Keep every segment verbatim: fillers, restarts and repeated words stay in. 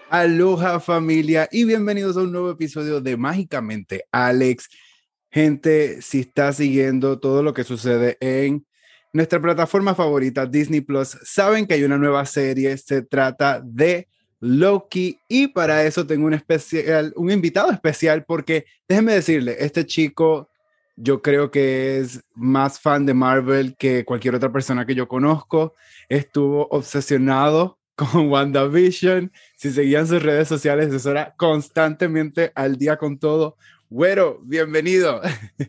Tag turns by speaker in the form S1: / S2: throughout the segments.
S1: Aloha familia y bienvenidos a un nuevo episodio de Mágicamente Alex. Gente, si está siguiendo todo lo que sucede en nuestra plataforma favorita Disney Plus, saben que hay una nueva serie, se trata de Loki y para eso tengo un especial, un invitado especial porque déjenme decirle, este chico yo creo que es más fan de Marvel que cualquier otra persona que yo conozco. Estuvo obsesionado con WandaVision. Si seguían sus redes sociales, eso era constantemente al día con todo. Güero, bienvenido.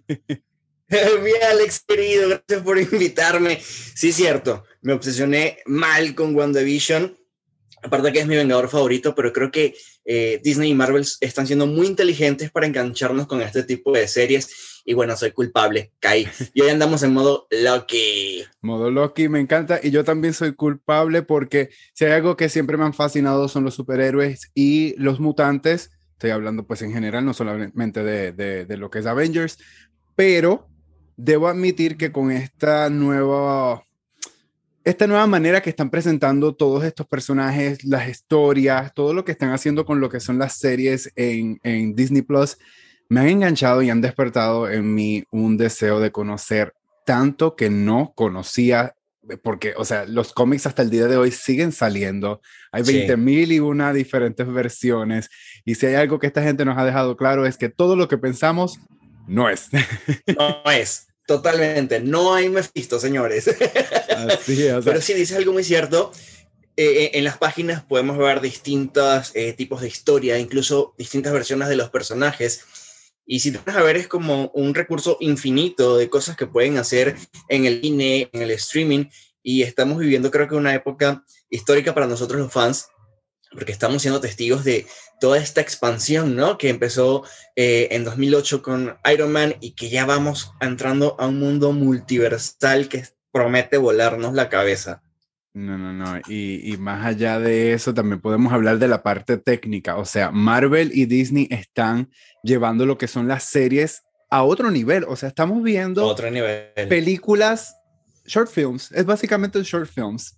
S2: Bien, Alex, querido, gracias por invitarme. Sí, es cierto, me obsesioné mal con WandaVision. Aparte que es mi vengador favorito, pero creo que eh, Disney y Marvel están siendo muy inteligentes para engancharnos con este tipo de series. Y bueno, soy culpable, caí. Y hoy andamos en modo Loki.
S1: Modo Loki, me encanta. Y yo también soy culpable porque si hay algo que siempre me han fascinado son los superhéroes y los mutantes. Estoy hablando pues en general, no solamente de, de, de lo que es Avengers, pero debo admitir que con esta nueva... esta nueva manera que están presentando todos estos personajes, las historias, todo lo que están haciendo con lo que son las series en, en Disney Plus, me han enganchado y han despertado en mí un deseo de conocer tanto que no conocía, porque, o sea, los cómics hasta el día de hoy siguen saliendo, hay veinte mil sí. y una diferentes versiones, y si hay algo que esta gente nos ha dejado claro es que todo lo que pensamos no es.
S2: No es. Totalmente, no hay Mephisto, señores.
S1: Así es, o sea,
S2: pero sí, dice algo muy cierto. Eh, en las páginas podemos ver distintos eh, tipos de historia, incluso distintas versiones de los personajes. Y si te vas a ver, es como un recurso infinito de cosas que pueden hacer en el cine, en el streaming. Y estamos viviendo, creo que, una época histórica para nosotros los fans, porque estamos siendo testigos de toda esta expansión, ¿no? Que empezó eh, en dos mil ocho con Iron Man y que ya vamos entrando a un mundo multiversal que promete volarnos la cabeza.
S1: No, no, no. Y, y más allá de eso, también podemos hablar de la parte técnica. O sea, Marvel y Disney están llevando lo que son las series a otro nivel. O sea, estamos viendo
S2: otro nivel.
S1: películas, short films. Es básicamente short films.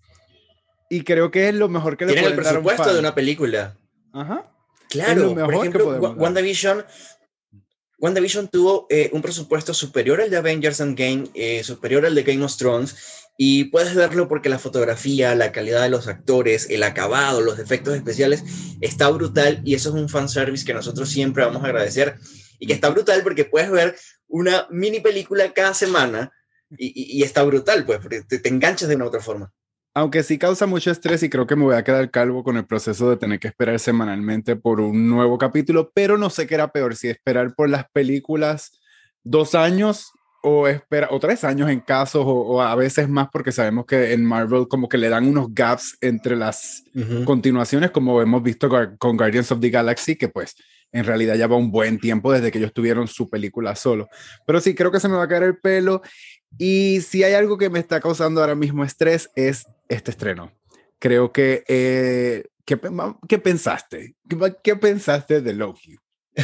S1: Y creo que es lo mejor que le pueden dar a un fan.
S2: Tienen el presupuesto de una película.
S1: Ajá.
S2: Claro, por ejemplo, WandaVision, WandaVision tuvo eh, un presupuesto superior al de Avengers Endgame, eh, superior al de Game of Thrones, y puedes verlo porque la fotografía, la calidad de los actores, el acabado, los efectos especiales, está brutal, y eso es un fanservice que nosotros siempre vamos a agradecer, y que está brutal porque puedes ver una mini película cada semana, y, y, y está brutal, pues, porque te, te enganchas de una u otra forma.
S1: Aunque sí causa mucho estrés y creo que me voy a quedar calvo con el proceso de tener que esperar semanalmente por un nuevo capítulo, pero no sé qué era peor, si esperar por las películas dos años o, espera, o tres años en casos, o, o a veces más, porque sabemos que en Marvel como que le dan unos gaps entre las uh-huh. continuaciones, como hemos visto con Guardians of the Galaxy, que pues en realidad ya va un buen tiempo desde que ellos tuvieron su película solo. Pero sí, creo que se me va a caer el pelo. Y si hay algo que me está causando ahora mismo estrés es este estreno. Creo que... Eh, ¿qué, ¿Qué pensaste? ¿Qué, ¿Qué pensaste de Loki?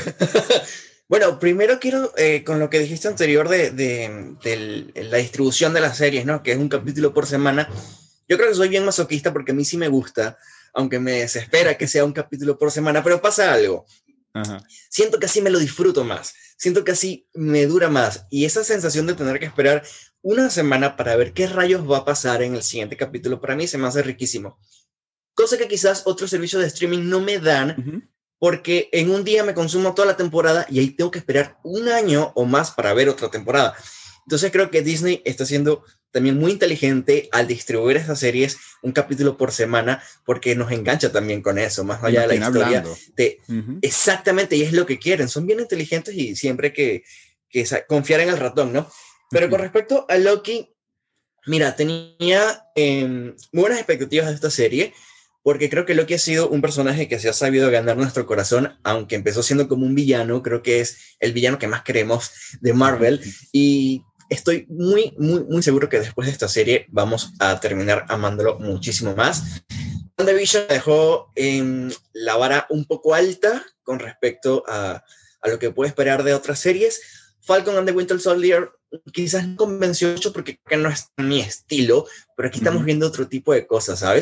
S2: Bueno, primero quiero, eh, con lo que dijiste anterior de, de, de la distribución de las series, ¿no? Que es un capítulo por semana. Yo creo que soy bien masoquista porque a mí sí me gusta, aunque me desespera que sea un capítulo por semana, pero pasa algo. Ajá. Siento que así me lo disfruto más, siento que así me dura más, y esa sensación de tener que esperar una semana para ver qué rayos va a pasar en el siguiente capítulo, para mí se me hace riquísimo. Cosa que quizás otros servicios de streaming no me dan, uh-huh. porque en un día me consumo toda la temporada y ahí tengo que esperar un año o más para ver otra temporada. Entonces creo que Disney está siendo también muy inteligente al distribuir esas series un capítulo por semana, porque nos engancha también con eso, más allá de la historia. De, uh-huh. Exactamente, y es lo que quieren. Son bien inteligentes y siempre hay que, que confiar en el ratón, ¿no? Pero uh-huh. con respecto a Loki, mira, tenía eh, muy buenas expectativas de esta serie, porque creo que Loki ha sido un personaje que se ha sabido ganar nuestro corazón, aunque empezó siendo como un villano. Creo que es el villano que más queremos de Marvel, uh-huh. y estoy muy, muy, muy seguro que después de esta serie vamos a terminar amándolo muchísimo más. WandaVision dejó eh, la vara un poco alta con respecto a, a lo que puede esperar de otras series. Falcon and the Winter Soldier quizás no convenció mucho porque no es mi estilo, pero aquí estamos uh-huh. viendo otro tipo de cosas, ¿sabes?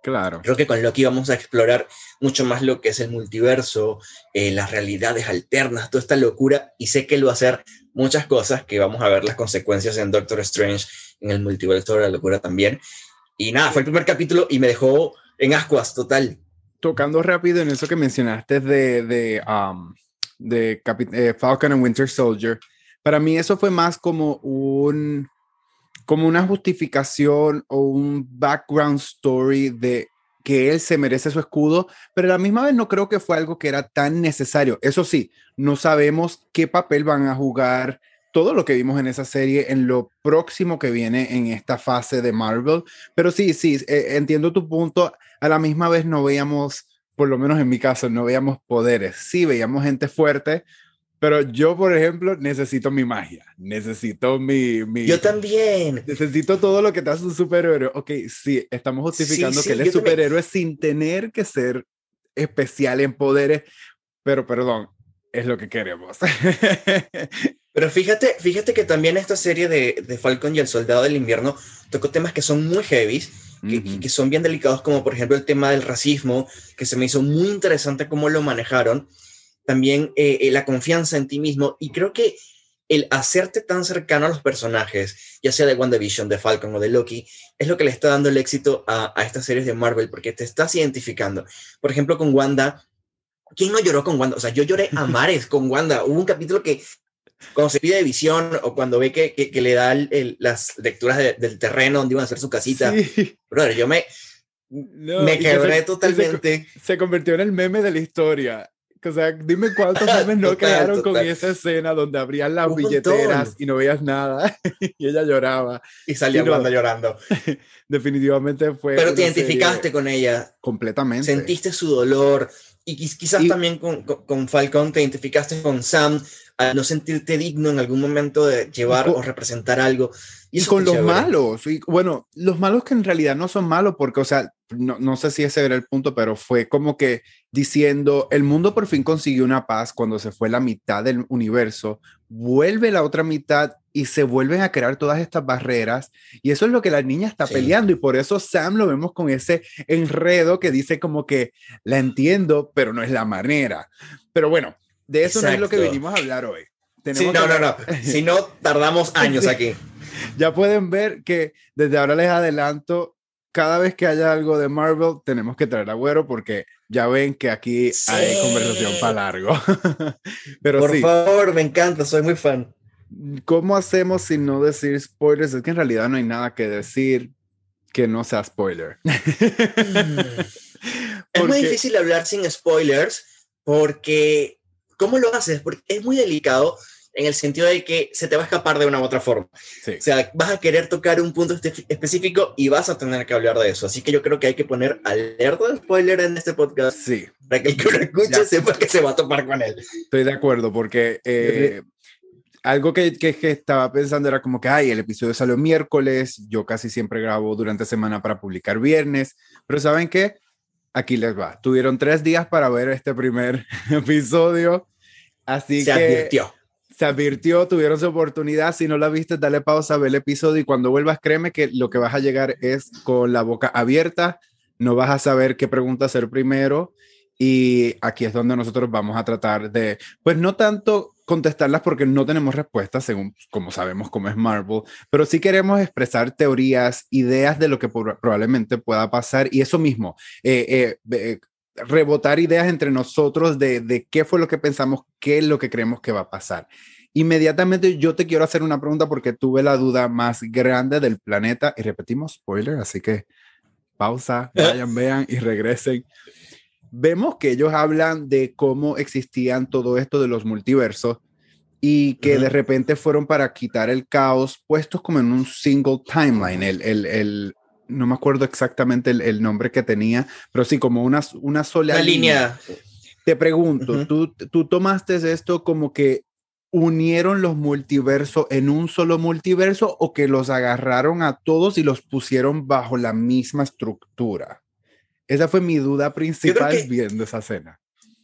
S1: Claro.
S2: Creo que con Loki vamos a explorar mucho más lo que es el multiverso, eh, las realidades alternas, toda esta locura, y sé que él va a hacer muchas cosas que vamos a ver las consecuencias en Doctor Strange, en el multiverso de la locura también. Y nada, fue el primer capítulo y me dejó en ascuas total.
S1: Tocando rápido en eso que mencionaste de, de, um, de Capi- eh, Falcon and Winter Soldier, para mí eso fue más como un como una justificación o un background story de que él se merece su escudo, pero a la misma vez no creo que fue algo que era tan necesario. Eso sí, no sabemos qué papel van a jugar todo lo que vimos en esa serie en lo próximo que viene en esta fase de Marvel, pero sí, sí, eh, entiendo tu punto. A la misma vez no veíamos, por lo menos en mi caso, no veíamos poderes. Sí, veíamos gente fuerte, pero yo, por ejemplo, necesito mi magia, necesito mi,
S2: Yo
S1: mi,
S2: también.
S1: necesito todo lo que te hace un superhéroe. Ok, sí, estamos
S2: Sí,
S1: justificando que él
S2: sí,
S1: es
S2: yo también.
S1: superhéroe sin tener que ser especial en poderes, pero perdón, es lo que queremos.
S2: Pero fíjate, fíjate que también esta serie de, de Falcon y el Soldado del Invierno tocó temas que son muy heavies, que, que,
S1: Ujú.
S2: que son bien delicados, como por ejemplo el tema del racismo, que se me hizo muy interesante cómo lo manejaron. También eh, eh, la confianza en ti mismo. Y creo que el hacerte tan cercano a los personajes, ya sea de WandaVision, de Falcon o de Loki, es lo que le está dando el éxito a, a estas series de Marvel, porque te estás identificando. Por ejemplo, con Wanda, ¿quién no lloró con Wanda? O sea, yo lloré a mares con Wanda. Hubo un capítulo que cuando se pide de visión o cuando ve que, que, que le da el, el, las lecturas de, del terreno donde iban a hacer su casita,
S1: Sí,
S2: brother, yo me,
S1: no,
S2: me
S1: y que
S2: quebré
S1: se, y se,
S2: totalmente.
S1: se convirtió en el meme de la historia. O sea, dime cuántos memes no
S2: Total,
S1: crearon con
S2: total.
S1: esa escena donde abrían las
S2: Un
S1: billeteras
S2: montón.
S1: y no veías nada y ella lloraba.
S2: Y
S1: Sí,
S2: salía Wanda
S1: no,
S2: llorando.
S1: definitivamente fue
S2: Pero te
S1: una serie
S2: identificaste con ella,
S1: completamente.
S2: sentiste su dolor y quizás
S1: Y,
S2: también con, con, con Falcon te identificaste con Sam al no sentirte digno en algún momento de
S1: y,
S2: llevar o
S1: co-
S2: representar algo. Y
S1: y
S2: eso fue
S1: con los
S2: chévere.
S1: malos, y bueno, los malos que en realidad no son malos, porque, o sea, no, no sé si ese era el punto, pero fue como que diciendo, el mundo por fin consiguió una paz cuando se fue la mitad del universo, vuelve la otra mitad y se vuelven a crear todas estas barreras, y eso es lo que la niña está
S2: Sí,
S1: peleando, y por eso Sam lo vemos con ese enredo que dice como que la entiendo, pero no es la manera. Pero bueno, de eso no es lo que
S2: exacto.
S1: vinimos a hablar hoy.
S2: Sí,
S1: Tenemos que
S2: no, no,
S1: hablar...
S2: no. Si no, tardamos años
S1: Sí.
S2: aquí.
S1: Ya pueden ver que desde ahora les adelanto, cada vez que haya algo de Marvel, tenemos que traer a Güero porque ya ven que aquí hay conversación para
S2: Sí.
S1: largo. Pero
S2: Por
S1: sí,
S2: favor, me encanta, soy muy fan.
S1: ¿cómo hacemos sin no decir spoilers? Es que en realidad no hay nada que decir que no sea spoiler.
S2: Mm. Es muy
S1: Porque,
S2: difícil hablar sin spoilers porque, ¿cómo lo haces? Porque es muy delicado en el sentido de que se te va a escapar de una u otra forma. O
S1: sí,
S2: sea, vas a querer tocar un punto este- específico y vas a tener que hablar de eso. Así que yo creo que hay que poner alerta de spoiler en este podcast
S1: sí,
S2: para que el que lo escuche
S1: ya,
S2: sepa que se va a topar con él.
S1: estoy de acuerdo porque eh, algo que, que, que estaba pensando era como que, ay, el episodio salió miércoles, yo casi siempre grabo durante semana para publicar viernes, pero ¿saben qué? Aquí les va. Tuvieron tres días para ver este primer episodio, así
S2: Se
S1: que
S2: advirtió.
S1: se advirtió, tuvieron su oportunidad. Si no la viste, dale pausa, ve el episodio y cuando vuelvas, créeme que lo que vas a llegar es con la boca abierta, no vas a saber qué pregunta hacer primero y aquí es donde nosotros vamos a tratar de, pues no tanto contestarlas porque no tenemos respuestas, según como sabemos cómo es Marvel, pero sí queremos expresar teorías, ideas de lo que por, probablemente pueda pasar y eso mismo, eh, eh, eh, rebotar ideas entre nosotros de, de qué fue lo que pensamos, qué es lo que creemos que va a pasar. Inmediatamente yo te quiero hacer una pregunta porque tuve la duda más grande del planeta y repetimos spoiler, así que pausa, vayan, vean y regresen. Vemos que ellos hablan de cómo existían todo esto de los multiversos y
S2: Uh
S1: que de
S2: -huh.
S1: repente fueron para quitar el caos puestos como en un single timeline, el, el, el no me acuerdo exactamente el, el, nombre que tenía, pero sí como una, una sola
S2: Una
S1: línea.
S2: línea.
S1: Te pregunto,
S2: Uh -huh.
S1: ¿tú, ¿tú tomaste esto como que unieron los multiversos en un solo multiverso o que los agarraron a todos y los pusieron bajo la misma estructura? Esa fue mi duda
S2: Yo creo
S1: principal
S2: que
S1: viendo esa escena.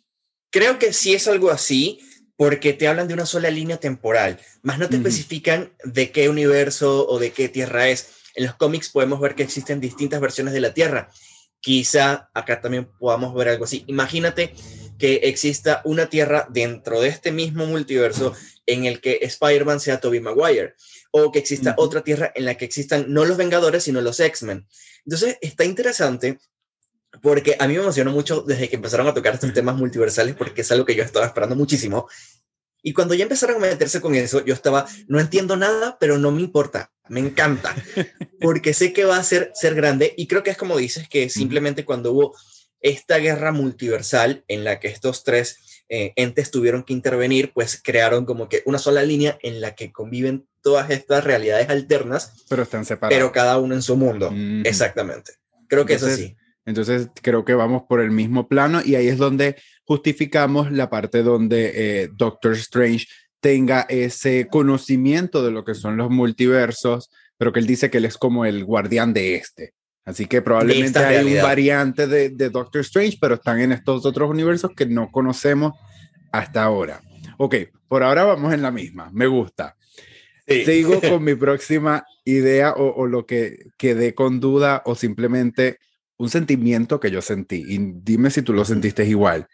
S2: Creo que sí es algo así, porque te hablan de una sola línea temporal, más no te
S1: Uh -huh.
S2: especifican de qué universo o de qué tierra es. En los cómics podemos ver que existen distintas versiones de la Tierra, quizá acá también podamos ver algo así. Imagínate que exista una tierra dentro de este mismo multiverso en el que Spider-Man sea Tobey Maguire, o que exista uh-huh. otra tierra en la que existan no los Vengadores, sino los X-Men. Entonces, está interesante porque a mí me emocionó mucho desde que empezaron a tocar estos temas multiversales, porque es algo que yo estaba esperando muchísimo. Y cuando ya empezaron a meterse con eso, yo estaba, no entiendo nada, pero no me importa, me encanta, porque sé que va a ser, ser grande, y creo que es como dices, que simplemente cuando hubo esta guerra multiversal en la que estos tres eh, entes tuvieron que intervenir, pues crearon como que una sola línea en la que conviven todas estas realidades alternas,
S1: pero están separados.
S2: Pero cada uno en su mundo, mm-hmm. Exactamente. Creo que
S1: entonces,
S2: es así.
S1: Entonces creo que vamos por el mismo plano, y ahí es donde justificamos la parte donde eh, Doctor Strange tenga ese conocimiento de lo que son los multiversos, pero que él dice que él es como el guardián de este. Así que probablemente hay realidad. un variante de, de Doctor Strange, pero están en estos otros universos que no conocemos hasta ahora. Ok, por ahora vamos en la misma, me gusta. Sí. Sigo con mi próxima idea, o, o lo que quedé con duda, o simplemente un sentimiento que yo sentí, y dime si tú lo sentiste igual.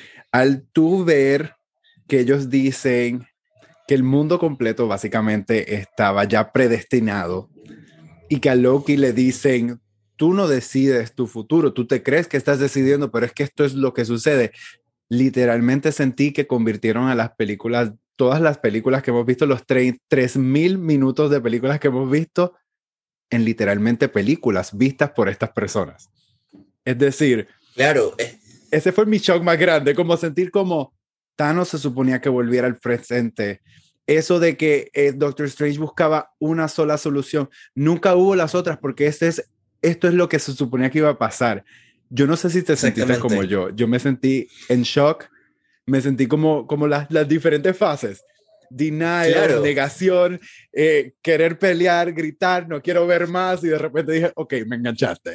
S1: Al tú ver que ellos dicen que el mundo completo básicamente estaba ya predestinado, y que a Loki le dicen, tú no decides tu futuro, tú te crees que estás decidiendo, pero es que esto es lo que sucede. Literalmente sentí que convirtieron a las películas, todas las películas que hemos visto, los tres mil minutos de películas que hemos visto, en literalmente películas vistas por estas personas. Es decir,
S2: claro,
S1: ese fue mi shock más grande, como sentir como Thanos se suponía que volviera al presente. Eso de que eh, Doctor Strange buscaba una sola solución, nunca hubo las otras, porque este es, esto es lo que se suponía que iba a pasar. Yo no sé si te sentiste como yo, yo me sentí en shock, me sentí como, como las, las diferentes fases. Denial, claro. negación, eh, querer pelear, gritar, no quiero ver más, y de repente dije, ok, me enganchaste.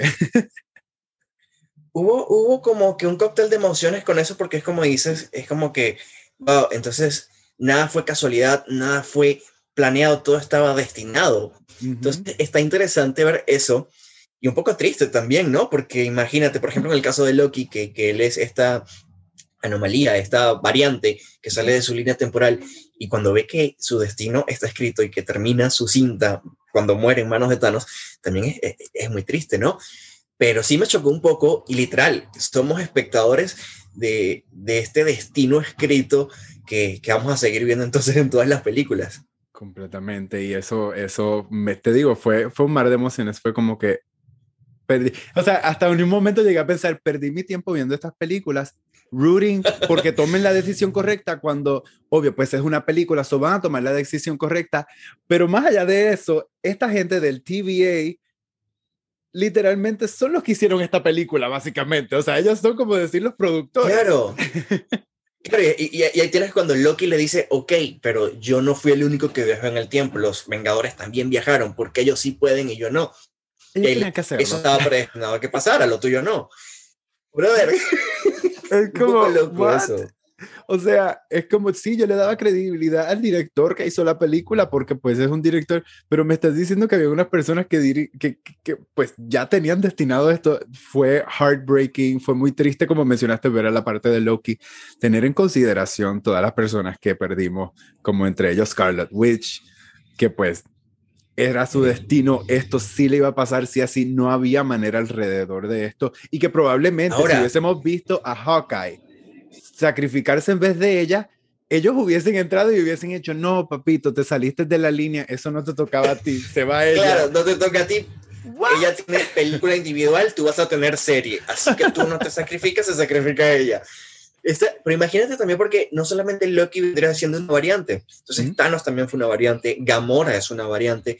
S2: hubo, hubo como que un cóctel de emociones con eso, porque es como dices, es como que, wow, entonces nada fue casualidad, nada fue planeado, todo estaba destinado. Uh-huh. Entonces está interesante ver eso, y un poco triste también, ¿no? Porque imagínate, por ejemplo, en el caso de Loki, que, que él es esta anomalía, esta variante que sale de su línea temporal, y cuando ve que su destino está escrito y que termina su cinta cuando muere en manos de Thanos, también es, es, es muy triste, ¿no? Pero sí me chocó un poco, y literal, somos espectadores de, de este destino escrito que, que vamos a seguir viendo entonces en todas las películas.
S1: Completamente, y eso, eso me, te digo, fue, fue un mar de emociones, fue como que perdí, o sea, hasta en un momento llegué a pensar, perdí mi tiempo viendo estas películas, rooting porque tomen la decisión correcta, cuando, obvio, pues es una película, so van a tomar la decisión correcta, pero más allá de eso, esta gente del T V A literalmente son los que hicieron esta película, básicamente, o sea, ellos son como decir los productores.
S2: Claro. Claro, y, y, y ahí tienes cuando Loki le dice, ok, pero yo no fui el único que viajó en el tiempo, los Vengadores también viajaron, porque ellos sí pueden y yo no.
S1: Ellos tenían que hacerlo.
S2: Eso estaba predestinado a que pasara, lo tuyo no. Brother,
S1: es como, un poco loco eso. O sea, es como, sí, yo le daba credibilidad al director que hizo la película, porque pues es un director, pero me estás diciendo que había unas personas que, diri que, que, que pues ya tenían destinado esto. Fue heartbreaking, fue muy triste, como mencionaste, ver a la parte de Loki, tener en consideración todas las personas que perdimos, como entre ellos Scarlet Witch, que pues era su destino, esto sí le iba a pasar, sí así, no había manera alrededor de esto, y que probablemente Ahora, si hubiésemos visto a Hawkeye sacrificarse en vez de ella, ellos hubiesen entrado y hubiesen hecho, no, papito, te saliste de la línea, eso no te tocaba a ti, se va ella.
S2: Claro, no te toca a ti. What? Ella tiene película individual, tú vas a tener serie, así que tú no te sacrificas, se sacrifica ella. Esta, pero imagínate también, porque no solamente Loki vendría siendo una variante, entonces ¿Mm? Thanos también fue una variante, Gamora es una variante,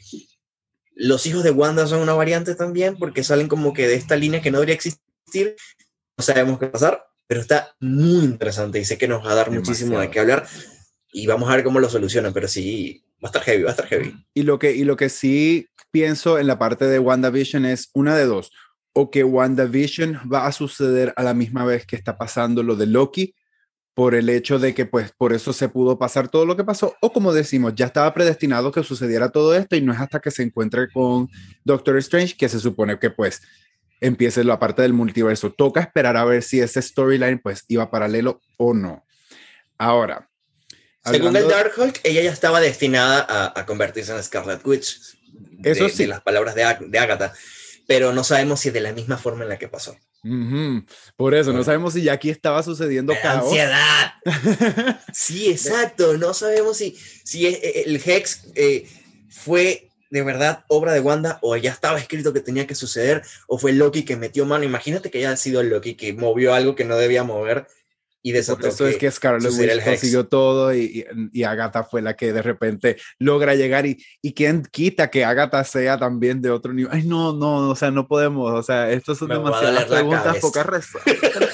S2: los hijos de Wanda son una variante también, porque salen como que de esta línea que no debería existir, no sabemos qué pasar, pero está muy interesante y sé que nos va a dar Demasiado. muchísimo de qué hablar, y vamos a ver cómo lo solucionan, pero sí, va a estar heavy, va a estar heavy.
S1: Y lo que, y lo que sí pienso en la parte de WandaVision es una de dos, o que WandaVision va a suceder a la misma vez que está pasando lo de Loki, por el hecho de que pues por eso se pudo pasar todo lo que pasó, o como decimos, ya estaba predestinado que sucediera todo esto, y no es hasta que se encuentre con Doctor Strange que se supone que pues empiece la parte del multiverso. Toca esperar a ver si ese storyline pues iba paralelo o no. Ahora,
S2: según el
S1: hablando,
S2: Darkhold, ella ya estaba destinada a, a convertirse en Scarlet Witch, de,
S1: eso sí.
S2: de las palabras de, Ag- de Agatha, pero no sabemos si de la misma forma en la que pasó.
S1: Uh-huh. Por eso, no sabemos si ya aquí estaba sucediendo
S2: ¡Me da
S1: caos.
S2: ansiedad! Sí, exacto. No sabemos si, si el Hex eh, fue de verdad obra de Wanda o ya estaba escrito que tenía que suceder o fue Loki que metió mano. Imagínate que haya sido Loki que movió algo que no debía mover y desató.
S1: Por eso es que Scarlet Witch consiguió todo y, y, y Agatha fue la que de repente logra llegar y, y quién quita que Agatha sea también de otro nivel. Ay, no, no, o sea, no podemos, o sea, estos son
S2: Me
S1: demasiadas preguntas, pocas respuestas.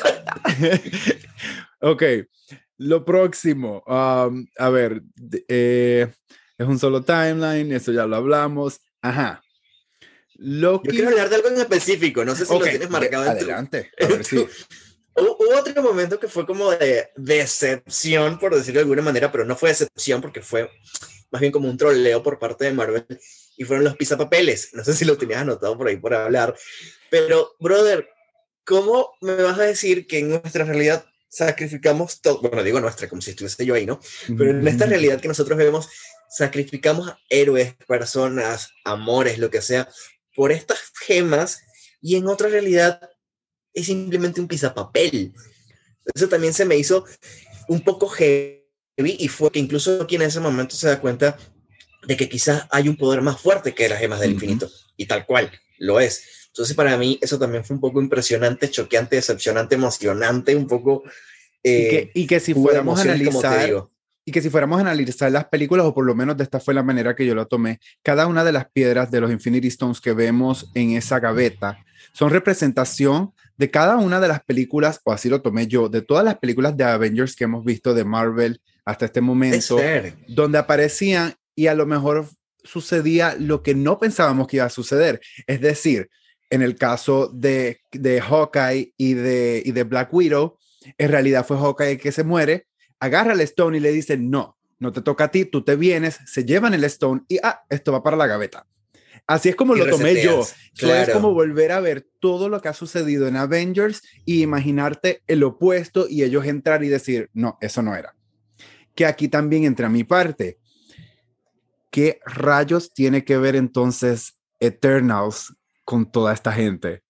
S1: Ok, lo próximo, um, a ver, eh, es un solo timeline, eso ya lo hablamos. Ajá. Loki.
S2: Yo quiero hablar de algo en específico, no sé si okay, lo tienes marcado.
S1: De, en adelante, tu, a ver si...
S2: Hubo otro momento que fue como de decepción, por decirlo de alguna manera, pero no fue decepción porque fue más bien como un troleo por parte de Marvel y fueron los pisapapeles. No sé si lo tenías anotado por ahí por hablar, pero, brother, ¿cómo me vas a decir que en nuestra realidad sacrificamos todo? Bueno, digo nuestra, como si estuviese yo ahí, ¿no? Pero en esta realidad que nosotros vemos, sacrificamos a héroes, personas, amores, lo que sea, por estas gemas y en otra realidad es simplemente un pisapapel. Eso también se me hizo un poco heavy y fue que incluso aquí en ese momento se da cuenta de que quizás hay un poder más fuerte que las gemas del uh-huh. infinito y tal cual lo es. Entonces para mí eso también fue un poco impresionante, choqueante, decepcionante, emocionante, un poco...
S1: Eh, y, que, y que si fuéramos a analizar... Y que si fuéramos a analizar las películas, o por lo menos de esta fue la manera que yo lo tomé, cada una de las piedras de los Infinity Stones que vemos en esa gaveta son representación de cada una de las películas, o así lo tomé yo, de todas las películas de Avengers que hemos visto de Marvel hasta este momento, donde aparecían y a lo mejor sucedía lo que no pensábamos que iba a suceder. Es decir, en el caso de, de Hawkeye y de, y de Black Widow, en realidad fue Hawkeye que se muere, agarra el Stone y le dicen, no, no te toca a ti, tú te vienes, se llevan el Stone y, ah, esto va para la gaveta. Así es como y lo reseteas, tomé yo. Claro. Eso es como volver a ver todo lo que ha sucedido en Avengers y imaginarte el opuesto y ellos entrar y decir, no, eso no era. Que aquí también entra mi parte. ¿Qué rayos tiene que ver entonces Eternals con toda esta gente?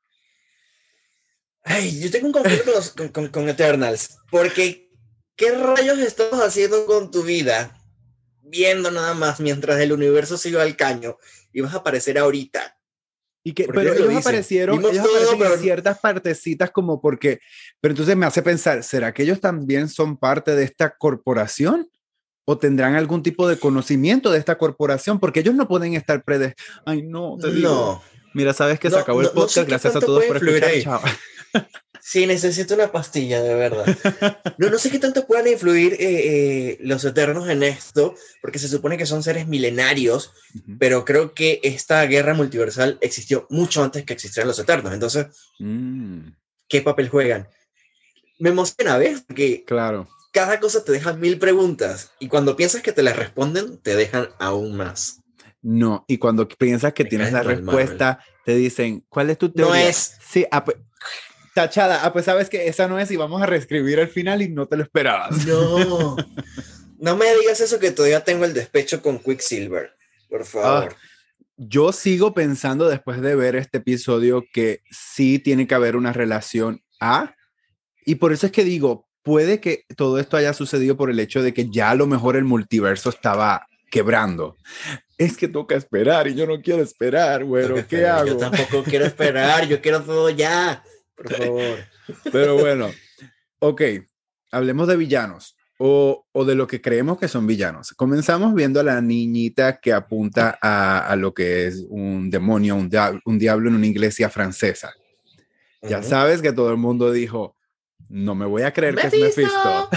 S2: Ay, yo tengo un conflicto con, con, con Eternals, porque ¿qué rayos estamos haciendo con tu vida? Viendo nada más mientras el universo se iba al caño y vas a aparecer ahorita.
S1: Y que, pero ellos aparecieron, ellos todo, aparecen pero... en ciertas partecitas como porque, pero entonces me hace pensar, ¿será que ellos también son parte de esta corporación? ¿O tendrán algún tipo de conocimiento de esta corporación? Porque ellos no pueden estar predes... Ay, no, te digo.
S2: No.
S1: Mira, sabes que no, se acabó el podcast, no sé gracias a todos por escuchar. Ahí. Chao.
S2: Sí, necesito una pastilla, de verdad. No, no sé qué tanto puedan influir eh, eh, los Eternos en esto, porque se supone que son seres milenarios, uh-huh. pero creo que esta guerra multiversal existió mucho antes que existieran los Eternos. Entonces, mm. ¿qué papel juegan? Me emociona, ¿ves? Porque
S1: claro.
S2: cada cosa te deja mil preguntas, y cuando piensas que te las responden, te dejan aún más.
S1: No, y cuando piensas que Me tienes la respuesta, Marvel. Te dicen, ¿cuál es tu teoría?
S2: No es.
S1: Sí, ah, pues, tachada. Ah, pues sabes que esa no es y vamos a reescribir el final y no te lo esperabas.
S2: No, no me digas eso que todavía tengo el despecho con Quicksilver, por favor.
S1: Ah, yo sigo pensando después de ver este episodio que sí tiene que haber una relación A, y por eso es que digo, puede que todo esto haya sucedido por el hecho de que ya a lo mejor el multiverso estaba quebrando. Es que toca esperar y yo no quiero esperar, güero. ¿Qué
S2: esperar.
S1: hago?
S2: Yo tampoco quiero esperar, yo quiero todo ya, por favor.
S1: Pero bueno, ok, hablemos de villanos o, o de lo que creemos que son villanos. Comenzamos viendo a la niñita que apunta a, a lo que es un demonio, un, dia- un diablo en una iglesia francesa. Uh-huh. Ya sabes que todo el mundo dijo, no me voy a creer
S2: Mephisto.
S1: que es Mephisto.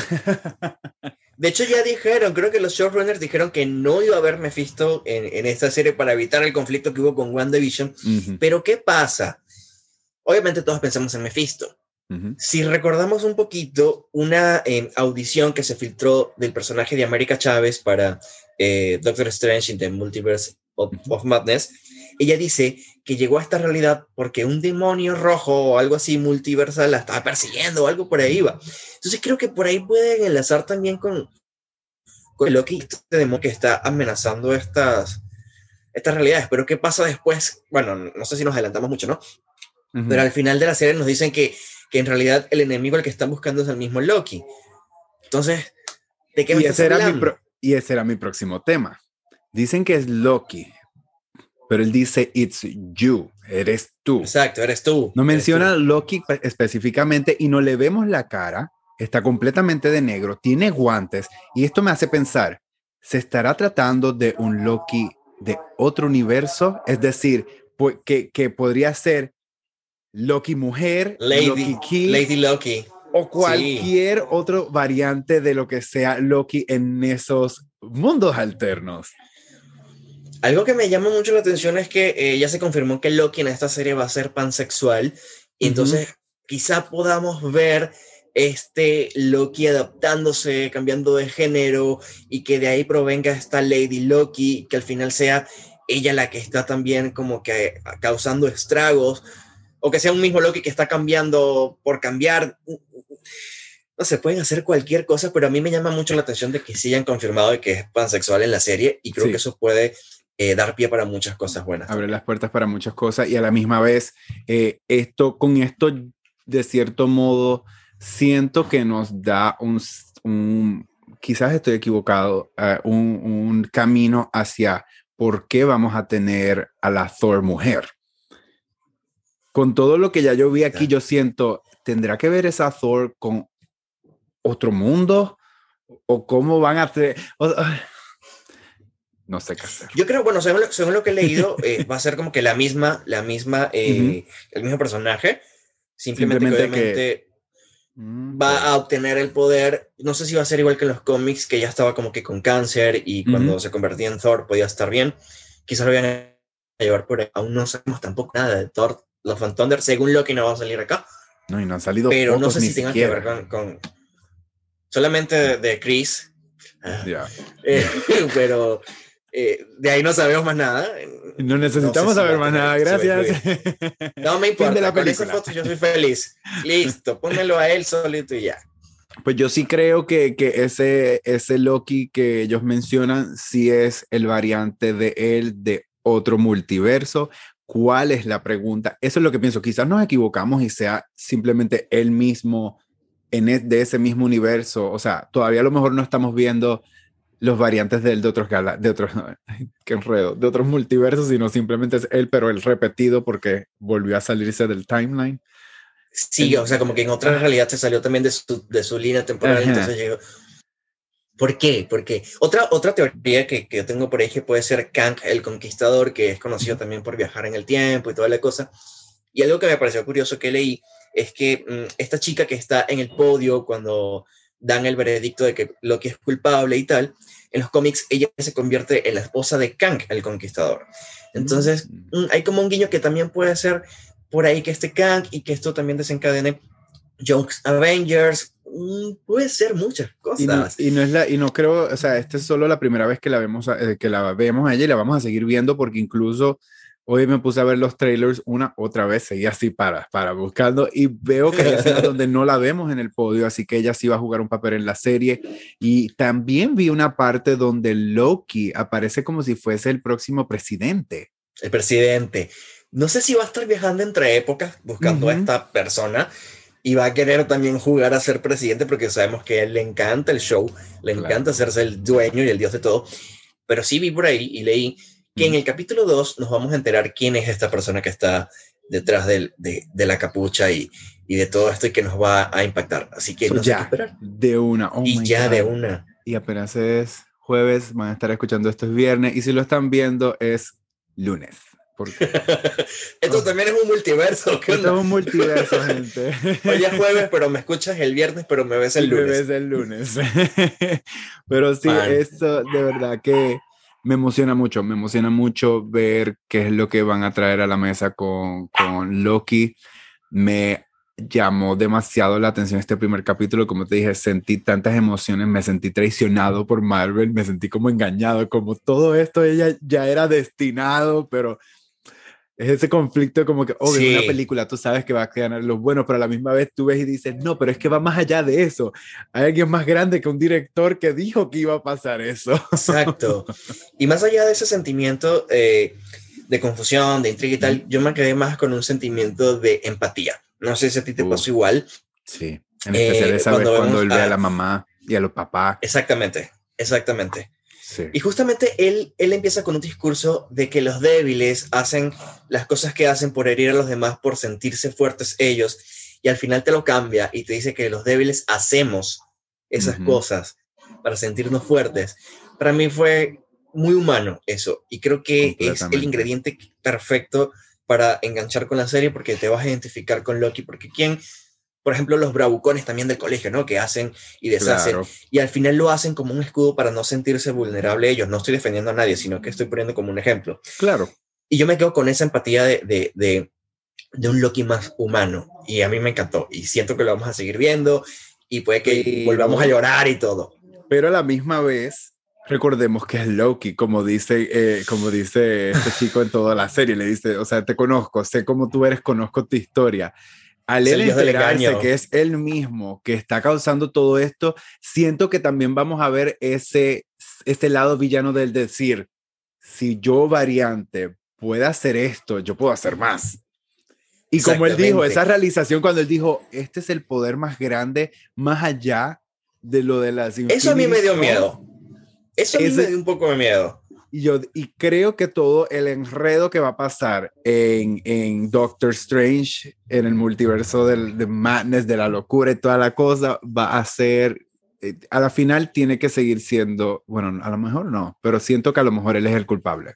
S2: De hecho, ya dijeron, creo que los showrunners dijeron que no iba a haber Mephisto en, en esta serie para evitar el conflicto que hubo con WandaVision. Uh-huh. Pero, ¿qué pasa? Obviamente todos pensamos en Mephisto. Uh-huh. Si recordamos un poquito, una eh, audición que se filtró del personaje de América Chávez para eh, Doctor Strange in the Multiverse of,
S1: Ujú.
S2: of Madness, ella dice que llegó a esta realidad porque un demonio rojo o algo así multiversal la estaba persiguiendo o algo por ahí va. Entonces creo que por ahí pueden enlazar también con, con Loki, este demonio que está amenazando estas, estas realidades. Pero ¿qué pasa después? Bueno, no sé si nos adelantamos mucho, ¿no? Pero
S1: Ujú.
S2: al final de la serie nos dicen que, que en realidad el enemigo al que están buscando es el mismo Loki. Entonces, ¿de qué me
S1: Y
S2: estás
S1: ese era mi,
S2: hablando?
S1: pro- y ese era mi próximo tema. Dicen que es Loki, pero él dice, it's you, eres tú.
S2: Exacto, eres tú,
S1: No
S2: eres tú.
S1: menciona Loki pe- específicamente y no le vemos la cara, está completamente de negro, tiene guantes y esto me hace pensar, ¿se estará tratando de un Loki de otro universo? Es decir, pu- que, que podría ser Loki mujer,
S2: Lady,
S1: Loki Kid
S2: Lady Loki.
S1: o
S2: Sí.
S1: cualquier otro variante de lo que sea Loki en esos mundos alternos.
S2: Algo que me llama mucho la atención es que eh, ya se confirmó que Loki en esta serie va a ser pansexual. Y
S1: Ujú.
S2: entonces quizá podamos ver este Loki adaptándose, cambiando de género y que de ahí provenga esta Lady Loki, que al final sea ella la que está también como que causando estragos, o que sea un mismo Loki que está cambiando por cambiar. No se pueden hacer cualquier cosa, pero a mí me llama mucho la atención de que sí hayan confirmado de que es pansexual en la serie y creo que
S1: Sí,
S2: eso puede eh, dar pie para muchas cosas buenas
S1: abre
S2: también.
S1: las puertas para muchas cosas y a la misma vez eh, esto con esto de cierto modo siento que nos da un, un quizás estoy equivocado, uh, un, un camino hacia por qué vamos a tener a la Thor mujer. Con todo lo que ya yo vi aquí, yo siento, ¿tendrá que ver esa Thor con otro mundo? ¿O cómo van a hacer? O, no sé qué hacer.
S2: Yo creo, bueno, según lo, según lo que he leído, eh, va a ser como que la misma, la misma,
S1: Uh -huh.
S2: eh, el mismo personaje, simplemente que
S1: Simplemente que...
S2: obviamente va
S1: Okay.
S2: a obtener el poder. No sé si va a ser igual que en los cómics, que ya estaba como que con cáncer y
S1: Uh
S2: cuando
S1: -huh.
S2: se convertía en Thor podía estar bien. Quizás lo vayan a llevar por ahí. Aún no sabemos tampoco nada de Thor, Love and Thunder, según Loki no va a salir acá.
S1: No, y no han salido
S2: Pero no
S1: fotos
S2: sé
S1: ni
S2: si tenga que ver
S1: siquiera.
S2: con, con solamente de, de Chris.
S1: Ya.
S2: Ah,
S1: Yeah.
S2: eh, pero eh, de ahí no sabemos más nada.
S1: No
S2: No sé
S1: necesitamos
S2: si va
S1: saber
S2: a
S1: más
S2: tener,
S1: nada,
S2: si va a
S1: gracias.
S2: incluir. No me
S1: Fin de la
S2: importa, con esa
S1: película.
S2: foto yo soy feliz. Listo, pónmelo a él solito y ya.
S1: Pues yo sí creo que, que ese, ese Loki que ellos mencionan sí es el variante de él de otro multiverso. ¿Cuál es la pregunta? Eso es lo que pienso. Quizás nos equivocamos y sea simplemente él mismo en es, de ese mismo universo. O sea, todavía a lo mejor no estamos viendo los variantes de él de otros gala, de otros, qué enredo, de otros multiversos, sino simplemente es él, pero él repetido porque volvió a salirse del timeline.
S2: Sí, o sea, como que
S1: El,
S2: en otra
S1: ah,
S2: realidad se salió también de su, de su línea temporal,
S1: ajá.
S2: entonces llegó. ¿Por qué? Porque otra, otra teoría que, que yo tengo por ahí que puede ser Kang el Conquistador, que es conocido también por viajar en el tiempo y toda la cosa. Y algo que me pareció curioso que leí es que mmm, esta chica que está en el podio cuando dan el veredicto de que Loki es culpable y tal, en los cómics ella se convierte en la esposa de Kang el Conquistador. Entonces
S1: Mm.
S2: mmm, hay como un guiño que también puede ser por ahí que este Kang y que esto también desencadene Young Avengers, mmm, puede ser muchas
S1: Y no,
S2: cosas.
S1: y no es la, y no creo, o sea, esta es solo la primera vez que la vemos, eh, que la vemos a ella y la vamos a seguir viendo porque incluso hoy me puse a ver los trailers una otra vez, seguí así para, para buscando y veo que hay escenas donde no la vemos en el podio, así que ella sí va a jugar un papel en la serie. Y también vi una parte donde Loki aparece como si fuese el próximo presidente.
S2: El presidente. No sé si va a estar viajando entre épocas buscando a
S1: Ujú.
S2: esta persona y va a querer también jugar a ser presidente porque sabemos que a él le encanta el show, le encanta
S1: Claro.
S2: hacerse el dueño y el dios de todo. Pero sí vi por ahí y leí que en
S1: Ujú.
S2: el capítulo dos nos vamos a enterar quién es esta persona que está detrás del- de, de la capucha y, y de todo esto y que nos va a impactar. Así que
S1: So,
S2: no sé qué
S1: ya,
S2: esperar.
S1: de una, oh
S2: Y
S1: my
S2: ya de
S1: God.
S2: una.
S1: Y apenas es jueves, van a estar escuchando esto es viernes. Y si lo están viendo, es lunes. Porque
S2: Esto
S1: oh,
S2: también es un multiverso. ¿Qué
S1: esto
S2: onda?
S1: es un multiverso, gente.
S2: Hoy es jueves, pero me escuchas el viernes, pero me ves
S1: Y
S2: el
S1: me ves
S2: lunes.
S1: el lunes. Pero sí,
S2: Fan.
S1: esto de verdad que me emociona mucho. Me emociona mucho ver qué es lo que van a traer a la mesa con, con Loki. Me llamó demasiado la atención este primer capítulo. Como te dije, sentí tantas emociones, me sentí traicionado por Marvel, me sentí como engañado, como todo esto ella ya era destinado, pero es ese conflicto como que, obvio, es una
S2: Sí,
S1: película, tú sabes que va a ganar los buenos, pero a la misma vez tú ves y dices, no, pero es que va más allá de eso. Hay alguien más grande que un director que dijo que iba a pasar eso.
S2: exacto. Y más allá de ese sentimiento eh, de confusión, de intriga y tal, yo me quedé más con un sentimiento de empatía. No sé si a ti te
S1: Uf,
S2: pasó igual.
S1: sí, en especial
S2: Eh,
S1: esa vez
S2: cuando
S1: cuando
S2: vemos
S1: él ve a la
S2: a...
S1: mamá y a los papás.
S2: Exactamente, exactamente.
S1: Sí.
S2: Y justamente él, él empieza con un discurso de que los débiles hacen las cosas que hacen por herir a los demás, por sentirse fuertes ellos, y al final te lo cambia y te dice que los débiles hacemos esas
S1: Ujú,
S2: cosas para sentirnos fuertes. Para mí fue muy humano eso, y creo que es el
S1: completamente.
S2: ingrediente perfecto para enganchar con la serie, porque te vas a identificar con Loki, porque ¿quién? Por ejemplo, los bravucones también del colegio, ¿no? Que hacen y deshacen,
S1: Claro,
S2: y al final lo hacen como un escudo para no sentirse vulnerable ellos. No estoy defendiendo a nadie, sino que estoy poniendo como un ejemplo.
S1: claro.
S2: Y yo me quedo con esa empatía de, de, de, de un Loki más humano, y a mí me encantó, y siento que lo vamos a seguir viendo, y puede que volvamos a
S1: Pero,
S2: llorar y todo.
S1: pero a la misma vez, recordemos que es Loki, como dice, eh, como dice este chico en toda la serie, le dice, o sea, te conozco, sé cómo tú eres, conozco tu historia. Al
S2: Es
S1: él
S2: el dios del
S1: enterarse
S2: engaño.
S1: que es él mismo que está causando todo esto, siento que también vamos a ver ese, ese lado villano del decir, si yo variante puedo hacer esto, yo puedo hacer más. Y como él dijo, esa
S2: Exactamente.
S1: realización cuando él dijo, este es el poder más grande, más allá de lo de las
S2: Eso a mí
S1: Infinity
S2: me dio
S1: Stones,
S2: miedo. Eso a mí me
S1: ese,
S2: dio un poco de miedo.
S1: y yo y creo que todo el enredo que va a pasar en, en Doctor Strange, en el multiverso del de madness, de la locura y toda la cosa, va a ser, eh, a la final tiene que seguir siendo, bueno, a lo mejor no, pero siento que a lo mejor él es el culpable.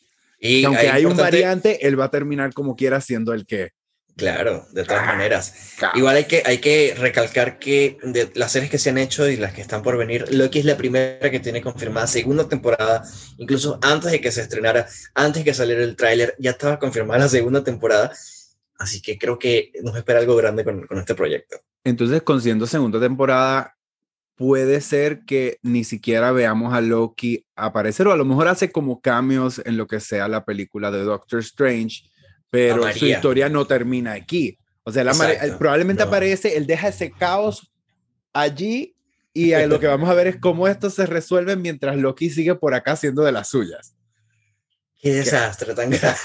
S1: Que
S2: Y
S1: aunque
S2: es
S1: hay un
S2: importante.
S1: variante, él va a terminar como quiera siendo el que...
S2: Claro, de todas
S1: ¡Ah!
S2: maneras. Igual hay
S1: Caos.
S2: que, hay que recalcar que de las series que se han hecho y las que están por venir, Loki es la primera que tiene confirmada segunda temporada, incluso antes de que se estrenara, antes de que saliera el tráiler, ya estaba confirmada la segunda temporada, así que creo que nos espera algo grande con, con este proyecto.
S1: Entonces, con siendo segunda temporada, puede ser que ni siquiera veamos a Loki aparecer, o a lo mejor hace como cambios en lo que sea la película de Doctor Strange,
S2: A
S1: pero su
S2: María,
S1: historia no termina aquí. O sea, la, él
S2: exacto,
S1: probablemente
S2: no.
S1: aparece, él deja ese caos allí y lo que vamos a ver es cómo esto se resuelve mientras Loki sigue por acá haciendo de las suyas.
S2: Qué
S1: ¿Qué?
S2: desastre tan grande.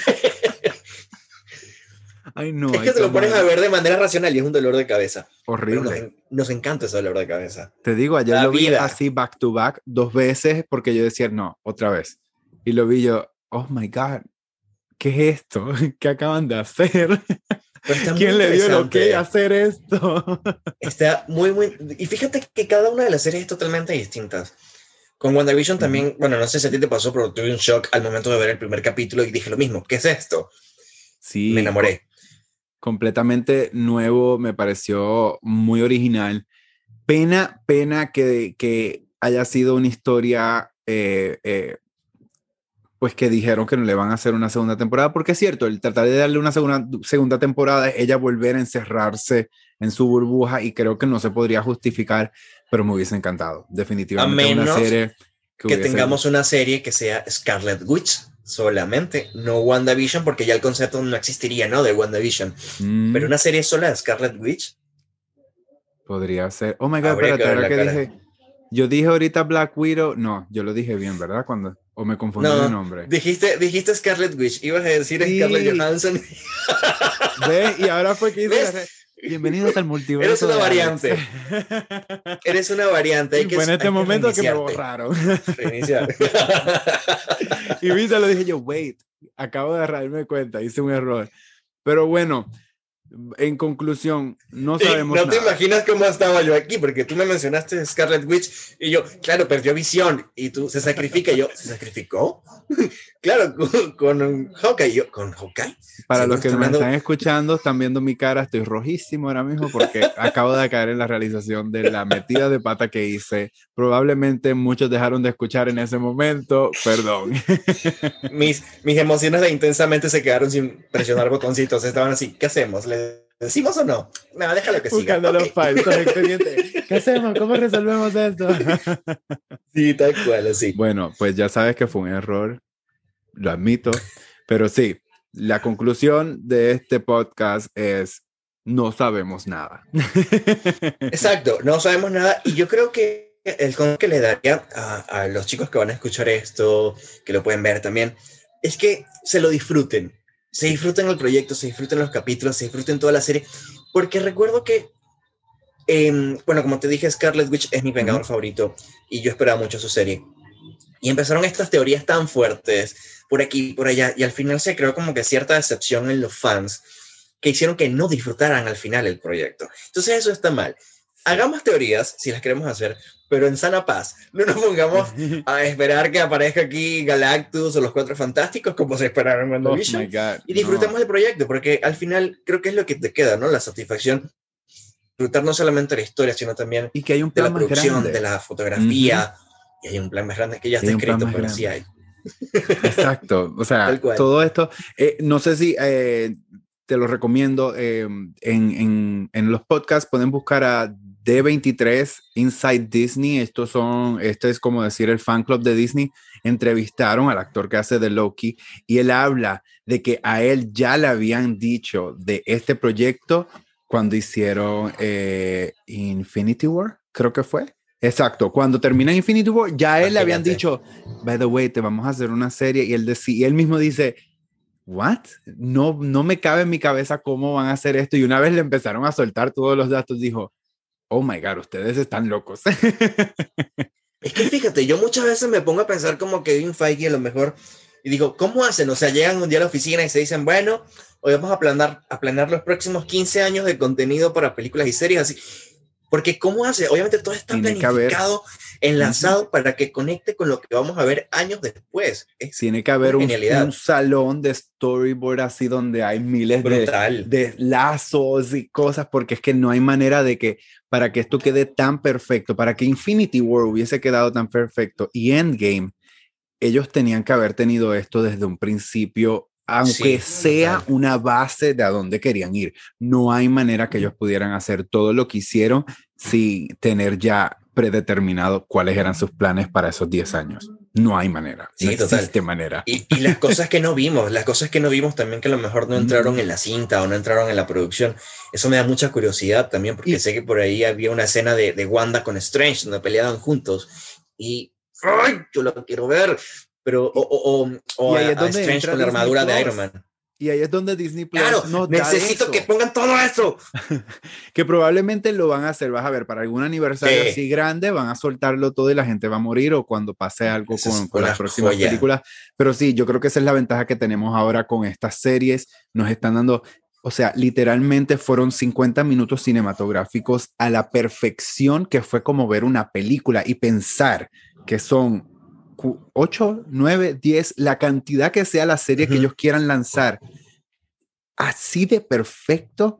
S1: Ay, no,
S2: Es
S1: hay
S2: que te lo pones a
S1: tomar
S2: ver de manera racional y es un dolor de cabeza, pero nos,
S1: horrible.
S2: en, nos encanta ese dolor de cabeza.
S1: Te digo, ayer
S2: La
S1: lo vi
S2: vida.
S1: así back to back dos veces porque yo decía, no, otra vez. Y lo vi yo, oh my God, ¿qué es esto? ¿Qué acaban de hacer?
S2: Pero está muy
S1: ¿Quién le dio el ok a
S2: interesante.
S1: hacer esto?
S2: Está muy, muy... Y fíjate que cada una de las series es totalmente distintas. Con WandaVision
S1: Ujú.
S2: también, bueno, no sé si a ti te pasó, pero tuve un shock al momento de ver el primer capítulo y dije lo mismo, ¿qué es esto? Me
S1: Sí, co-
S2: enamoré.
S1: completamente nuevo, me pareció muy original. Pena, pena que, que haya sido una historia, eh, eh, pues que dijeron que no le van a hacer una segunda temporada, porque es cierto, el tratar de darle una segunda, segunda temporada es ella volver a encerrarse en su burbuja y creo que no se podría justificar, pero me hubiese encantado.
S2: A
S1: Definitivamente es una
S2: menos
S1: serie que
S2: que
S1: hubiese...
S2: tengamos una serie que sea Scarlet Witch solamente, no WandaVision, porque ya el concepto no existiría, ¿no? De WandaVision. Pero
S1: Mm,
S2: una serie sola de Scarlet Witch,
S1: podría ser. Oh my God,
S2: habría que
S1: espérate,
S2: ver
S1: ahora
S2: la
S1: que
S2: cara.
S1: dije, yo dije ahorita Black Widow, no, yo lo dije bien, ¿verdad? Cuando, o me confundí de
S2: No,
S1: nombre.
S2: dijiste, dijiste Scarlet Witch, ibas a decir Scarlett
S1: Sí,
S2: Johansson.
S1: ve, y ahora fue que hice la red.
S2: ¿Ves?
S1: Bienvenidos al
S2: Eres
S1: multiverso
S2: una
S1: de Alex.
S2: variante. Eres una variante. Hay
S1: Y
S2: que,
S1: fue en este
S2: hay que
S1: momento que me
S2: reiniciarte.
S1: borraron.
S2: Reiniciar.
S1: Y viste, lo dije yo, wait, acabo de darme cuenta, hice un error. Pero bueno, en conclusión, no
S2: Y
S1: sabemos
S2: no te
S1: nada.
S2: imaginas cómo estaba yo aquí, porque tú me mencionaste Scarlet Witch y yo, claro, perdió visión y tú se sacrifica y yo, ¿se sacrificó? Claro, con, con Hawkeye, yo, ¿con Hawkeye?
S1: Para
S2: Seguro
S1: los que
S2: está
S1: me
S2: hablando.
S1: están escuchando, están viendo mi cara, estoy rojísimo ahora mismo porque acabo de caer en la realización de la metida de pata que hice. Probablemente muchos dejaron de escuchar en ese momento, perdón.
S2: Mis, mis emociones de intensamente se quedaron sin presionar botoncitos, estaban así, ¿qué hacemos? ¿Le ¿Decimos o no? No, déjalo que siga.
S1: Buscando
S2: Okay.
S1: los files, los expedientes. ¿Qué hacemos? ¿Cómo resolvemos esto?
S2: Sí, tal cual, así.
S1: Bueno, pues ya sabes que fue un error, lo admito, pero sí, la conclusión de este podcast es, no sabemos nada.
S2: Exacto, no sabemos nada y yo creo que el consejo que le daría a, a los chicos que van a escuchar esto, que lo pueden ver también, es que se lo disfruten. Se disfruten el proyecto, se disfruten los capítulos, se disfruten toda la serie, porque recuerdo que, eh, bueno, como te dije, Scarlet Witch es mi Vengador uh-huh. favorito y yo esperaba mucho su serie. Y empezaron estas teorías tan fuertes por aquí y por allá y al final se creó como que cierta decepción en los fans que hicieron que no disfrutaran al final el proyecto. Entonces eso está mal. Hagamos teorías, si las queremos hacer, pero en sana paz. No nos pongamos a esperar que aparezca aquí Galactus o los Cuatro Fantásticos como se esperaron en WandaVision. Oh my God, y disfrutemos no. del proyecto, porque al final creo que es lo que te queda, ¿no? La satisfacción. Disfrutar no solamente de la historia, sino también
S1: y que hay un plan
S2: de la producción,
S1: grande.
S2: de la fotografía. Uh-huh. Y hay un plan más grande que ya está escrito, pero sí hay.
S1: Exacto. O sea, todo esto, eh, no sé si... Eh, te lo recomiendo, eh, en, en, en los podcasts pueden buscar a D veintitrés Inside Disney. Estos son, este es como decir el fan club de Disney. Entrevistaron al actor que hace de Loki y él habla de que a él ya le habían dicho de este proyecto cuando hicieron eh, Infinity War, creo que fue. Exacto, cuando termina Infinity War ya a él le habían dicho, by the way, te vamos a hacer una serie, y él, decía, y él mismo dice, what? No, no me cabe en mi cabeza cómo van a hacer esto. Y una vez le empezaron a soltar todos los datos, dijo, oh my God, ustedes están locos.
S2: Es que fíjate, yo muchas veces me pongo a pensar como Kevin Feige a lo mejor, y digo, ¿cómo hacen? O sea, llegan un día a la oficina y se dicen, bueno, hoy vamos a planear, a planear los próximos quince años de contenido para películas y series, así. Porque ¿cómo hace? Obviamente todo está Tiene planificado, enlazado uh-huh. para que conecte con lo que vamos a ver años después. Es
S1: Tiene que haber un, un salón de storyboard así donde hay miles de, de lazos y cosas, porque es que no hay manera de que, para que esto quede tan perfecto, para que Infinity War hubiese quedado tan perfecto y Endgame, ellos tenían que haber tenido esto desde un principio, aunque sí, sea total. Una base de a dónde querían ir. No hay manera que ellos pudieran hacer todo lo que hicieron sin tener ya predeterminado cuáles eran sus planes para esos diez años. No hay manera. Sí, no existe total. manera.
S2: Y, y las cosas que no vimos, las cosas que no vimos también que a lo mejor no entraron mm. en la cinta o no entraron en la producción. Eso me da mucha curiosidad también, porque y, sé que por ahí había una escena de, de Wanda con Strange donde peleaban juntos. Y ¡ay! Yo lo quiero ver. Pero, o, o, o a, a Strange con la armadura Plus. de Iron Man.
S1: Y ahí es donde Disney Plus
S2: claro,
S1: nos
S2: necesito
S1: da
S2: que pongan todo eso.
S1: Que probablemente lo van a hacer, vas a ver, para algún aniversario sí. así grande, van a soltarlo todo y la gente va a morir, o cuando pase algo con, con las próximas joya. películas. Pero sí, yo creo que esa es la ventaja que tenemos ahora con estas series. Nos están dando, o sea, literalmente fueron cincuenta minutos cinematográficos a la perfección, que fue como ver una película y pensar que son ocho, nueve, diez, la cantidad que sea la serie uh-huh. que ellos quieran lanzar, así de perfecto,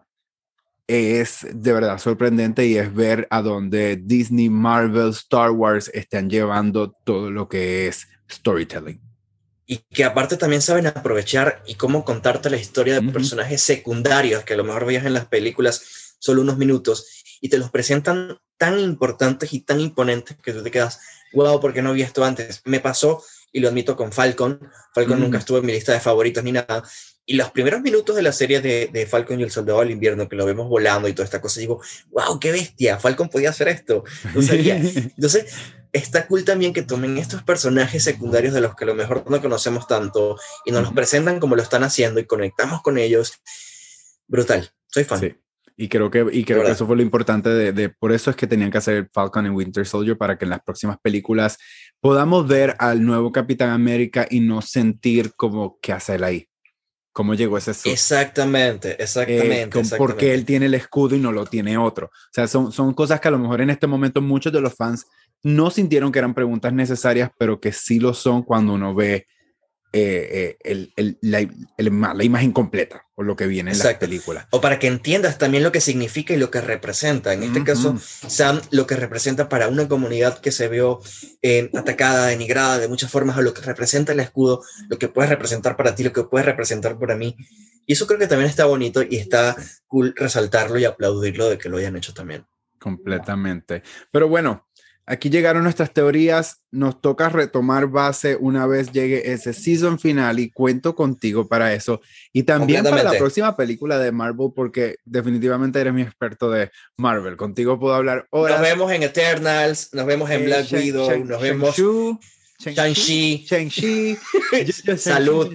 S1: es de verdad sorprendente, y es ver a dónde Disney, Marvel, Star Wars están llevando todo lo que es storytelling.
S2: Y que aparte también saben aprovechar y cómo contarte la historia de uh-huh. personajes secundarios que a lo mejor veías en las películas solo unos minutos y te los presentan tan importantes y tan imponentes que tú te quedas, wow, ¿por qué no vi esto antes? Me pasó, y lo admito, con Falcon. Falcon mm. nunca estuvo en mi lista de favoritos ni nada. Y los primeros minutos de la serie de, de Falcon y el Soldado del Invierno, que lo vemos volando y toda esta cosa, digo, wow, qué bestia, Falcon podía hacer esto. No sabía. Entonces, está cool también que tomen estos personajes secundarios de los que a lo mejor no conocemos tanto y nos mm. los presentan como lo están haciendo y conectamos con ellos. Brutal. Soy fan.
S1: Sí. Y creo que, y creo que eso fue lo importante de, de, por eso es que tenían que hacer Falcon y Winter Soldier, para que en las próximas películas podamos ver al nuevo Capitán América y no sentir como, ¿qué hace él ahí? ¿Cómo llegó ese suit?
S2: Exactamente, exactamente, eh, con, exactamente.
S1: Porque él tiene el escudo y no lo tiene otro. O sea, son, son cosas que a lo mejor en este momento muchos de los fans no sintieron que eran preguntas necesarias, pero que sí lo son cuando uno ve Eh, eh, el, el, la, el, la imagen completa o lo que viene en las películas.
S2: O para que entiendas también lo que significa y lo que representa. En este uh-huh. caso, Sam, lo que representa para una comunidad que se vio eh, atacada, denigrada de muchas formas, o lo que representa el escudo, lo que puede representar para ti, lo que puede representar para mí. Y eso creo que también está bonito y está cool resaltarlo y aplaudirlo de que lo hayan hecho también.
S1: Completamente. Pero bueno, aquí llegaron nuestras teorías. Nos toca retomar base una vez llegue ese season final y cuento contigo para eso. Y también para la próxima película de Marvel, porque definitivamente eres mi experto de Marvel. Contigo puedo hablar horas.
S2: Nos vemos en Eternals, nos vemos en eh, Black Shang, Widow, Shang, nos vemos...
S1: Shang-Chi.
S2: Shang-Chi.
S1: Shang-Chi.
S2: Salud.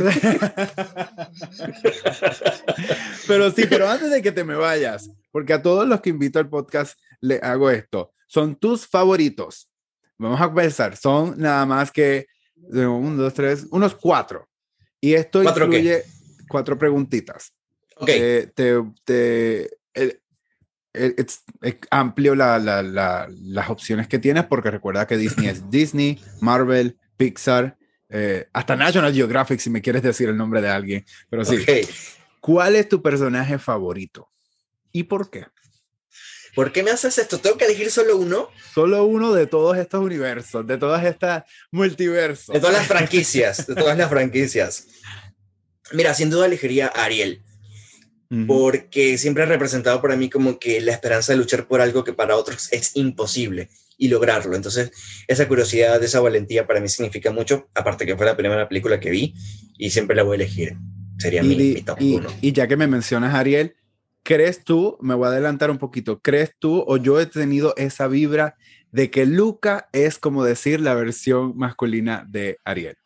S1: Pero sí, pero antes de que te me vayas, porque a todos los que invito al podcast le hago esto, son tus favoritos. Vamos a pensar, son nada más que uno, dos, tres, unos cuatro. Y esto
S2: ¿Cuatro
S1: incluye
S2: qué?
S1: cuatro preguntitas.
S2: Ok.
S1: Eh, te, te, el, Es, es amplio la, la, la, las opciones que tienes, porque recuerda que Disney es Disney, Marvel, Pixar, eh, hasta National Geographic, si me quieres decir el nombre de alguien. Pero sí,
S2: okay.
S1: ¿Cuál es tu personaje favorito? ¿Y por qué?
S2: ¿Por qué me haces esto? ¿Tengo que elegir solo uno?
S1: Solo uno de todos estos universos, de todas estas multiversos.
S2: De todas las franquicias, de todas las franquicias. Mira, sin duda elegiría a Ariel. Uh-huh. Porque siempre ha representado para mí como que la esperanza de luchar por algo que para otros es imposible y lograrlo. Entonces, esa curiosidad, esa valentía para mí significa mucho, aparte que fue la primera película que vi y siempre la voy a elegir. Sería
S1: y,
S2: mi, mi top
S1: y,
S2: uno.
S1: Y ya que me mencionas a Ariel, ¿crees tú, me voy a adelantar un poquito, ¿crees tú o yo he tenido esa vibra de que Luca es como decir la versión masculina de Ariel?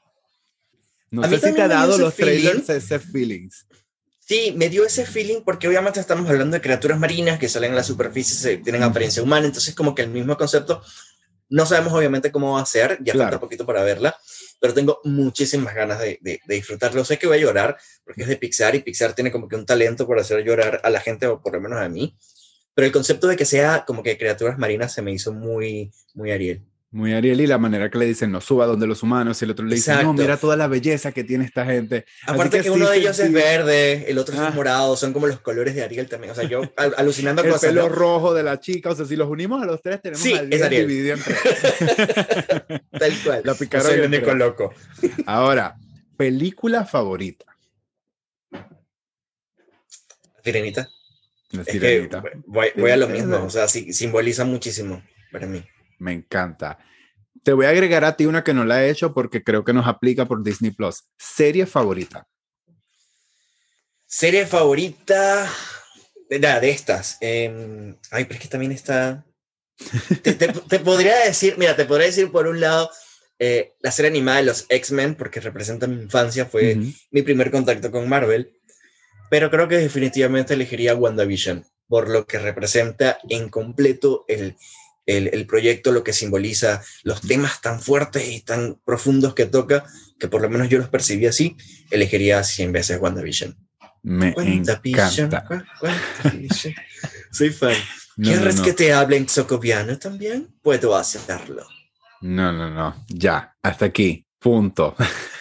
S1: No
S2: a
S1: sé si te ha dado los
S2: feeling.
S1: trailers ese feelings.
S2: Sí, me dio ese feeling porque obviamente estamos hablando de criaturas marinas que salen a la superficie, tienen apariencia humana, entonces como que el mismo concepto, no sabemos obviamente cómo va a ser, ya
S1: claro.
S2: falta poquito para verla, pero tengo muchísimas ganas de, de, de disfrutarlo. Sé que voy a llorar porque es de Pixar y Pixar tiene como que un talento por hacer llorar a la gente, o por lo menos a mí, pero el concepto de que sea como que criaturas marinas se me hizo muy, muy Ariel.
S1: Muy Ariel, y la manera que le dicen no suba donde los humanos, y el otro le dice no, mira toda la belleza que tiene esta gente.
S2: Aparte que, que uno sí, de ellos sí, es verde, el otro ah. es morado, son como los colores de Ariel también. O sea, yo al, alucinando
S1: el
S2: cosas.
S1: El pelo
S2: ¿no?
S1: rojo de la chica, o sea, si los unimos a los tres tenemos
S2: sí,
S1: a Ariel,
S2: Ariel
S1: dividido en tres.
S2: Tal cual.
S1: La picaron.
S2: Soy el único loco.
S1: Ahora, película favorita.
S2: Sirenita.
S1: La Sirenita.
S2: Es que voy, voy a lo mismo, o sea, sí, simboliza muchísimo para mí.
S1: Me encanta. Te voy a agregar a ti una que no la he hecho porque creo que nos aplica por Disney Plus. ¿Serie favorita?
S2: Serie favorita de, de estas. Eh, ay, pero es que también está... Te, te, te podría decir, mira, te podría decir por un lado eh, la serie animada de los X-Men, porque representa mi infancia, fue uh-huh. mi primer contacto con Marvel, pero creo que definitivamente elegiría WandaVision, por lo que representa en completo el... El, el proyecto, lo que simboliza, los temas tan fuertes y tan profundos que toca, que por lo menos yo los percibí así, elegiría cien veces WandaVision.
S1: Me
S2: WandaVision,
S1: encanta.
S2: WandaVision. Soy fan.
S1: No,
S2: ¿Quieres
S1: no, no.
S2: que te hable en xocoviano también? Puedo hacerlo.
S1: No, no, no. Ya, hasta aquí. Punto.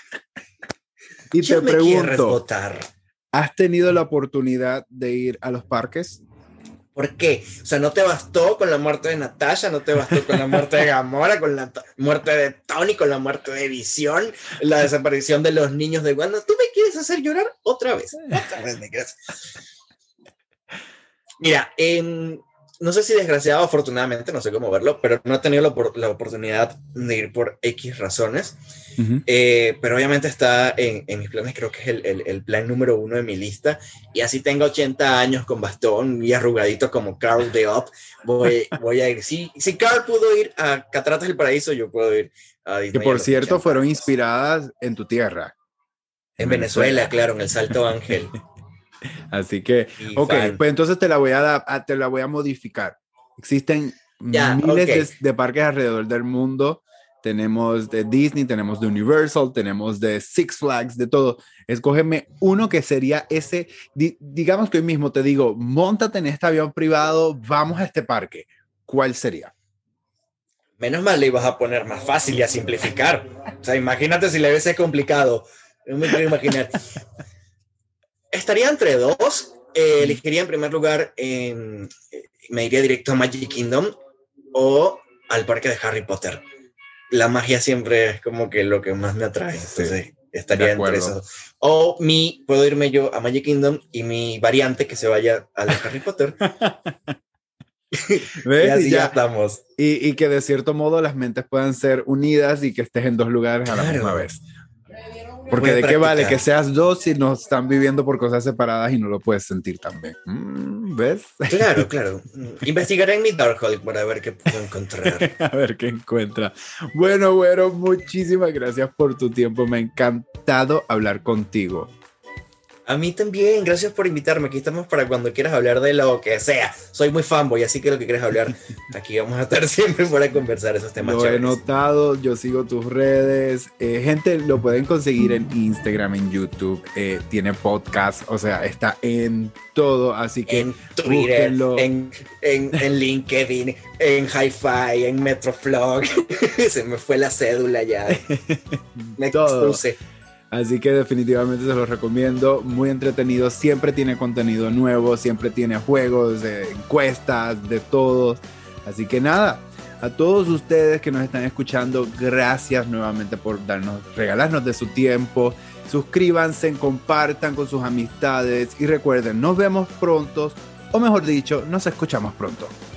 S1: Y
S2: ya
S1: te
S2: me
S1: pregunto,
S2: votar.
S1: ¿has tenido la oportunidad de ir a los parques?
S2: ¿Por qué? O sea, no te bastó con la muerte de Natasha, no te bastó con la muerte de Gamora, con la muerte de Tony, con la muerte de Visión, la desaparición de los niños de Wanda. ¿Tú me quieres hacer llorar otra vez? Otra vez me quieres. Mira, eh, no sé si desgraciado o afortunadamente, no sé cómo verlo, pero no he tenido la, la oportunidad de ir por X razones. Uh-huh. Eh, pero obviamente está en, en mis planes, creo que es el, el, el plan número uno de mi lista, y así tenga ochenta años con bastón y arrugadito como Carl de Up, voy, voy a ir. Si, si Carl pudo ir a Cataratas del Paraíso, yo puedo ir a Disney.
S1: Que por cierto ochenta fueron inspiradas en tu tierra.
S2: En, en Venezuela, Venezuela, claro, en el Salto Ángel.
S1: Así que, y ok, fan. Pues entonces te la voy a, da, te la voy a modificar. Existen ya, miles okay. de, de parques alrededor del mundo. Tenemos de Disney, tenemos de Universal, tenemos de Six Flags, de todo. Escógeme uno que sería ese, di, digamos que hoy mismo te digo, móntate en este avión privado, vamos a este parque. ¿Cuál sería?
S2: Menos mal le ibas a poner más fácil y a simplificar. O sea, imagínate si le hubiese complicado. No me quiero imaginar. Estaría entre dos. Eh, elegiría en primer lugar, eh, me iría directo a Magic Kingdom o al parque de Harry Potter. La magia siempre es como que lo que más me atrae. Entonces, estaría entre esos. O mi, puedo irme yo a Magic Kingdom y mi variante que se vaya a de Harry Potter.
S1: ¿Ves?
S2: Y así
S1: y
S2: ya,
S1: ya
S2: estamos.
S1: Y, y que de cierto modo las mentes puedan ser unidas y que estés en dos lugares
S2: Claro.
S1: a la misma vez. Porque
S2: Voy a
S1: de qué
S2: practicar.
S1: vale que seas dos si no están viviendo por cosas separadas y no lo puedes sentir también. Mm, ¿ves?
S2: Claro, claro. Investigaré en mi Darkhold para ver qué puedo encontrar.
S1: A ver qué encuentra. Bueno, güero, muchísimas gracias por tu tiempo. Me ha encantado hablar contigo.
S2: A mí también, gracias por invitarme. Aquí estamos para cuando quieras hablar de lo que sea. Soy muy fanboy, así que lo que quieras hablar, aquí vamos a estar siempre para conversar esos temas.
S1: Lo
S2: chéveres.
S1: he notado, yo sigo tus redes. Eh, gente, lo pueden conseguir en Instagram, en YouTube. Eh, tiene podcast, o sea, está en todo. Así que
S2: en Twitter,
S1: búsquenlo.
S2: en, en, en LinkedIn, en Hi-Fi, en Metroflog. Se me fue la cédula ya. Me
S1: Todo.
S2: expuse.
S1: Así que definitivamente se los recomiendo, muy entretenido, siempre tiene contenido nuevo, siempre tiene juegos, eh, encuestas, de todos. Así que nada, a todos ustedes que nos están escuchando, gracias nuevamente por darnos, regalarnos de su tiempo. Suscríbanse, compartan con sus amistades y recuerden, nos vemos pronto, o mejor dicho, nos escuchamos pronto.